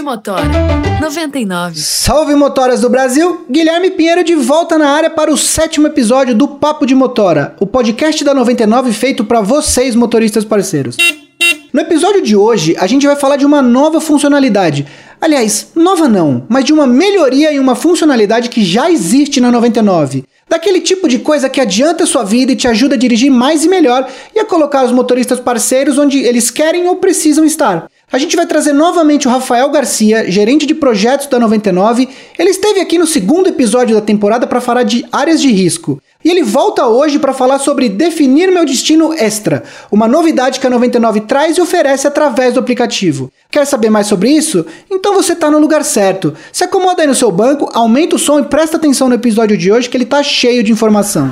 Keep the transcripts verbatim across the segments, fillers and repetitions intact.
Motora noventa e nove. Salve motoras do Brasil, Guilherme Pinheiro de volta na área para o sétimo episódio do Papo de Motora, o podcast da noventa e nove feito para vocês motoristas parceiros. No episódio de hoje, a gente vai falar de uma nova funcionalidade. Aliás, nova não, mas de uma melhoria em uma funcionalidade que já existe na noventa e nove. Daquele tipo de coisa que adianta a sua vida e te ajuda a dirigir mais e melhor e a colocar os motoristas parceiros onde eles querem ou precisam estar. A gente vai trazer novamente o Rafael Garcia, gerente de projetos da noventa e nove. Ele esteve aqui no segundo episódio da temporada para falar de áreas de risco. E ele volta hoje para falar sobre Definir Meu Destino Extra, uma novidade que a noventa e nove traz e oferece através do aplicativo. Quer saber mais sobre isso? Então você está no lugar certo. Se acomoda aí no seu banco, aumenta o som e presta atenção no episódio de hoje que ele está cheio de informação.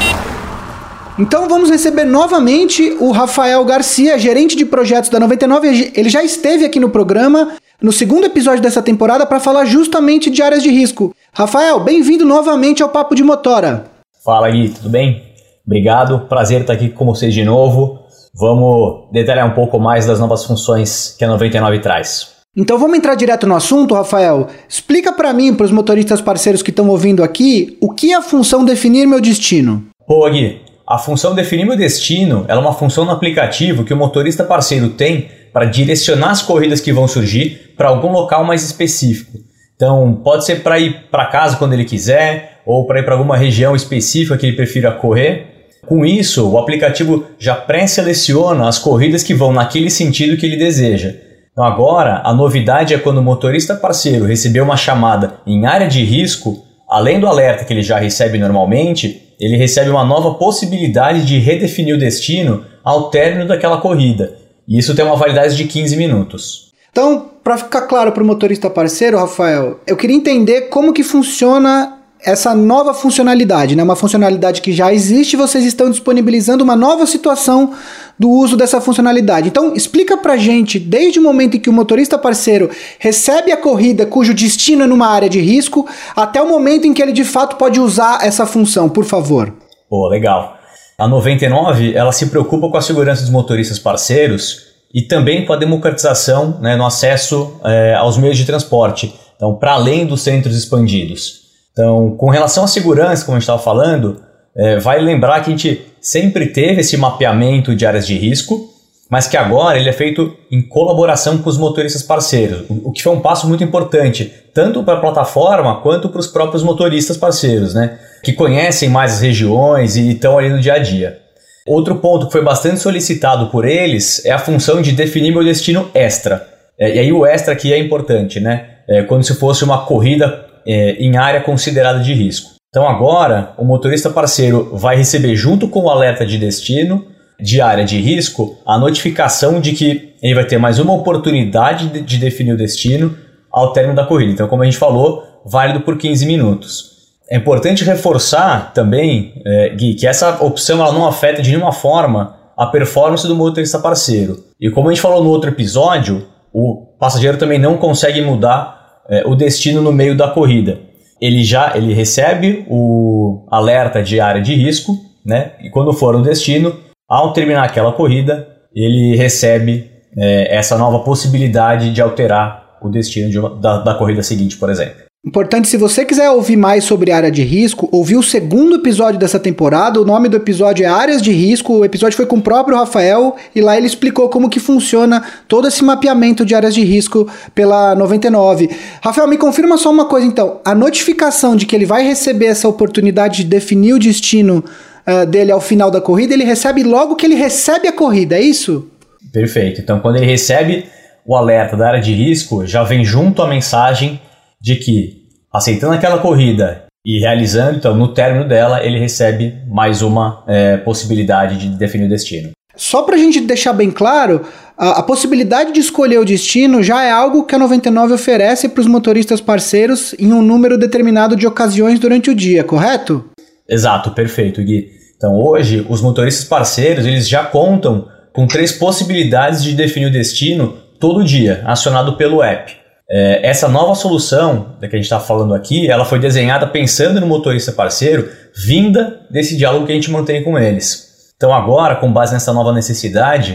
Então vamos receber novamente o Rafael Garcia, gerente de projetos da noventa e nove. Ele já esteve aqui no programa, no segundo episódio dessa temporada, para falar justamente de áreas de risco. Rafael, bem-vindo novamente ao Papo de Motora. Fala Gui, tudo bem? Obrigado, prazer estar aqui com vocês de novo. Vamos detalhar um pouco mais das novas funções que a noventa e nove traz. Então vamos entrar direto no assunto, Rafael. Explica para mim, para os motoristas parceiros que estão ouvindo aqui, o que é a função Definir Meu Destino. Boa, Gui. A função Definir Meu Destino ela é uma função no aplicativo que o motorista parceiro tem para direcionar as corridas que vão surgir para algum local mais específico. Então, pode ser para ir para casa quando ele quiser ou para ir para alguma região específica que ele prefira correr. Com isso, o aplicativo já pré-seleciona as corridas que vão naquele sentido que ele deseja. Então, agora, a novidade é quando o motorista parceiro receber uma chamada em área de risco, além do alerta que ele já recebe normalmente, ele recebe uma nova possibilidade de redefinir o destino ao término daquela corrida. E isso tem uma validade de quinze minutos. Então, para ficar claro para o motorista parceiro, Rafael, eu queria entender como que funciona essa nova funcionalidade, né? Uma funcionalidade que já existe e vocês estão disponibilizando uma nova situação do uso dessa funcionalidade. Então, explica pra gente, desde o momento em que o motorista parceiro recebe a corrida cujo destino é numa área de risco, até o momento em que ele de fato pode usar essa função, por favor. Pô, legal. A noventa e nove, ela se preocupa com a segurança dos motoristas parceiros e também com a democratização, né, no acesso é, aos meios de transporte, então, para além dos centros expandidos. Então, com relação à segurança, como a gente estava falando, é, vale lembrar que a gente sempre teve esse mapeamento de áreas de risco, mas que agora ele é feito em colaboração com os motoristas parceiros, o, o que foi um passo muito importante, tanto para a plataforma quanto para os próprios motoristas parceiros, né, que conhecem mais as regiões e estão ali no dia a dia. Outro ponto que foi bastante solicitado por eles é a função de definir meu destino extra. É, e aí o extra aqui é importante, né? É, como se fosse uma corrida é, em área considerada de risco. Então agora o motorista parceiro vai receber junto com o alerta de destino de área de risco a notificação de que ele vai ter mais uma oportunidade de, de definir o destino ao término da corrida. Então, como a gente falou, válido por quinze minutos. É importante reforçar também, é, Gui, que essa opção ela não afeta de nenhuma forma a performance do motorista parceiro. E como a gente falou no outro episódio, o passageiro também não consegue mudar é, o destino no meio da corrida. Ele já ele recebe o alerta de área de risco, né? E quando for no destino, ao terminar aquela corrida, ele recebe é, essa nova possibilidade de alterar o destino de uma, da, da corrida seguinte, por exemplo. Importante, se você quiser ouvir mais sobre área de risco, ouvir o segundo episódio dessa temporada. O nome do episódio é Áreas de Risco. O episódio foi com o próprio Rafael e lá ele explicou como que funciona todo esse mapeamento de áreas de risco pela noventa e nove. Rafael, me confirma só uma coisa então. A notificação de que ele vai receber essa oportunidade de definir o destino uh, dele ao final da corrida, ele recebe logo que ele recebe a corrida, é isso? Perfeito. Então, quando ele recebe o alerta da área de risco, já vem junto a mensagem de que, aceitando aquela corrida e realizando, então, no término dela, ele recebe mais uma é, possibilidade de definir o destino. Só para a gente deixar bem claro, a, a possibilidade de escolher o destino já é algo que a noventa e nove oferece para os motoristas parceiros em um número determinado de ocasiões durante o dia, correto? Exato, perfeito, Gui. Então, hoje, os motoristas parceiros eles já contam com três possibilidades de definir o destino todo dia, acionado pelo app. É, essa nova solução da que a gente está falando aqui, ela foi desenhada pensando no motorista parceiro, vinda desse diálogo que a gente mantém com eles. Então agora, com base nessa nova necessidade,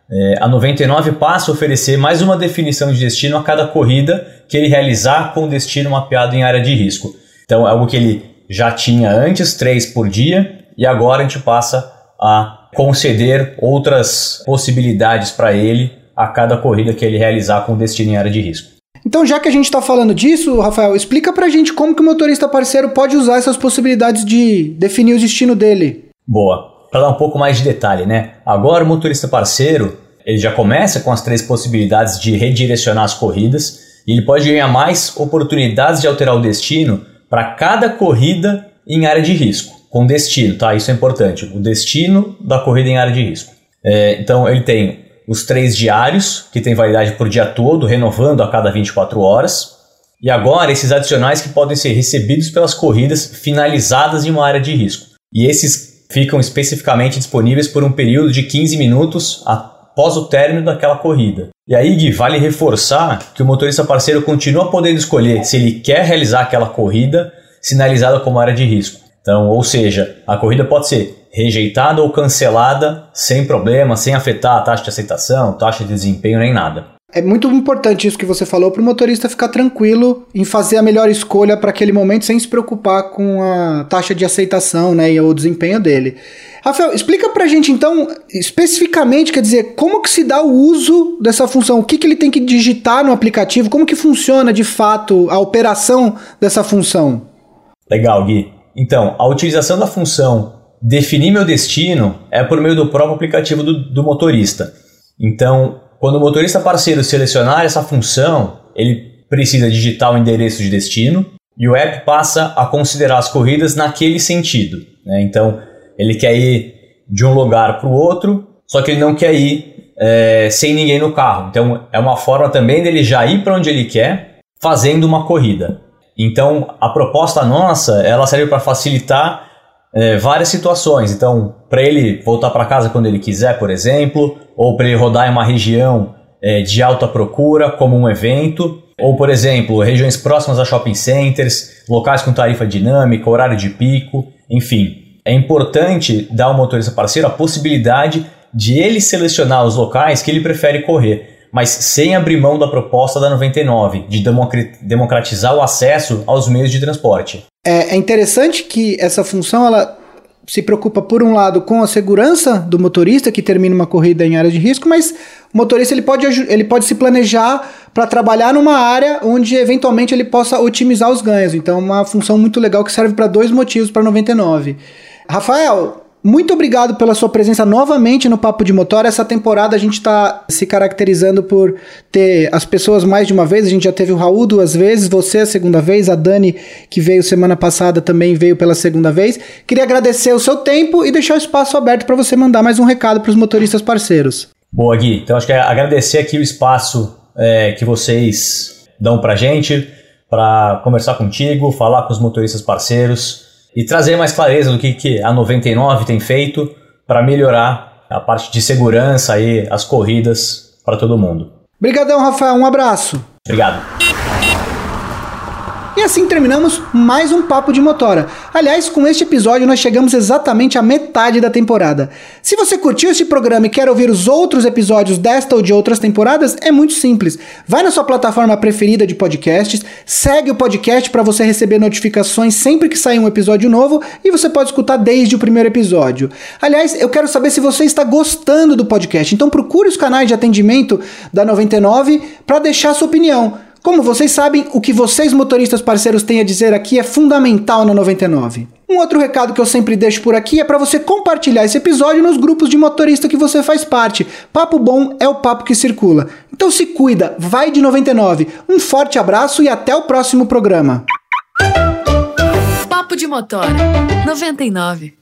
É, a noventa e nove passa a oferecer mais uma definição de destino a cada corrida que ele realizar com destino mapeado em área de risco. Então é algo que ele já tinha antes, três por dia, e agora a gente passa a conceder outras possibilidades para ele a cada corrida que ele realizar com destino em área de risco. Então, já que a gente está falando disso, Rafael, explica pra gente como que o motorista parceiro pode usar essas possibilidades de definir o destino dele. Boa. Para dar um pouco mais de detalhe, né? Agora o motorista parceiro, ele já começa com as três possibilidades de redirecionar as corridas e ele pode ganhar mais oportunidades de alterar o destino para cada corrida em área de risco, com destino, tá? Isso é importante, o destino da corrida em área de risco. É, então, ele tem os três diários, que tem validade por dia todo, renovando a cada vinte e quatro horas. E agora, esses adicionais que podem ser recebidos pelas corridas finalizadas em uma área de risco. E esses ficam especificamente disponíveis por um período de quinze minutos após o término daquela corrida. E aí, Gui, vale reforçar que o motorista parceiro continua podendo escolher se ele quer realizar aquela corrida sinalizada como área de risco. Então, ou seja, a corrida pode ser rejeitada ou cancelada sem problema, sem afetar a taxa de aceitação, taxa de desempenho nem nada. É muito importante isso que você falou para o motorista ficar tranquilo em fazer a melhor escolha para aquele momento sem se preocupar com a taxa de aceitação, né, e o desempenho dele. Rafael, explica pra gente então, especificamente, quer dizer, como que se dá o uso dessa função, o que, que ele tem que digitar no aplicativo, como que funciona de fato a operação dessa função? Legal, Gui. Então, a utilização da função definir meu destino é por meio do próprio aplicativo do, do motorista. Então, quando o motorista parceiro selecionar essa função, ele precisa digitar o endereço de destino e o app passa a considerar as corridas naquele sentido, né? Então, ele quer ir de um lugar para o outro, só que ele não quer ir é, sem ninguém no carro. Então, é uma forma também dele já ir para onde ele quer, fazendo uma corrida. Então, a proposta nossa, ela serve para facilitar é, várias situações. Então, para ele voltar para casa quando ele quiser, por exemplo, ou para ele rodar em uma região é, de alta procura, como um evento, ou, por exemplo, regiões próximas a shopping centers, locais com tarifa dinâmica, horário de pico, enfim. É importante dar ao motorista parceiro a possibilidade de ele selecionar os locais que ele prefere correr, mas sem abrir mão da proposta da noventa e nove, de democratizar o acesso aos meios de transporte. É, é interessante que essa função ela se preocupa, por um lado, com a segurança do motorista que termina uma corrida em área de risco, mas o motorista ele pode, ele pode se planejar para trabalhar numa área onde eventualmente ele possa otimizar os ganhos. Então é uma função muito legal que serve para dois motivos para noventa e nove. Rafael, muito obrigado pela sua presença novamente no Papo de Motora. Essa temporada a gente está se caracterizando por ter as pessoas mais de uma vez. A gente já teve o Raul duas vezes, você a segunda vez, a Dani, que veio semana passada, também veio pela segunda vez. Queria agradecer o seu tempo e deixar o espaço aberto para você mandar mais um recado para os motoristas parceiros. Boa, Gui. Então acho que é agradecer aqui o espaço é, que vocês dão para a gente, para conversar contigo, falar com os motoristas parceiros e trazer mais clareza do que, que a noventa e nove tem feito para melhorar a parte de segurança e as corridas para todo mundo. Obrigadão, Rafael. Um abraço. Obrigado. E assim terminamos mais um Papo de Motora. Aliás, com este episódio nós chegamos exatamente à metade da temporada. Se você curtiu este programa e quer ouvir os outros episódios desta ou de outras temporadas, é muito simples. Vai na sua plataforma preferida de podcasts, segue o podcast para você receber notificações sempre que sair um episódio novo e você pode escutar desde o primeiro episódio. Aliás, eu quero saber se você está gostando do podcast, então procure os canais de atendimento da noventa e nove para deixar sua opinião. Como vocês sabem, o que vocês motoristas parceiros têm a dizer aqui é fundamental na noventa e nove. Um outro recado que eu sempre deixo por aqui é para você compartilhar esse episódio nos grupos de motorista que você faz parte. Papo bom é o papo que circula. Então se cuida, vai de noventa e nove. Um forte abraço e até o próximo programa. Papo de Motora noventa e nove.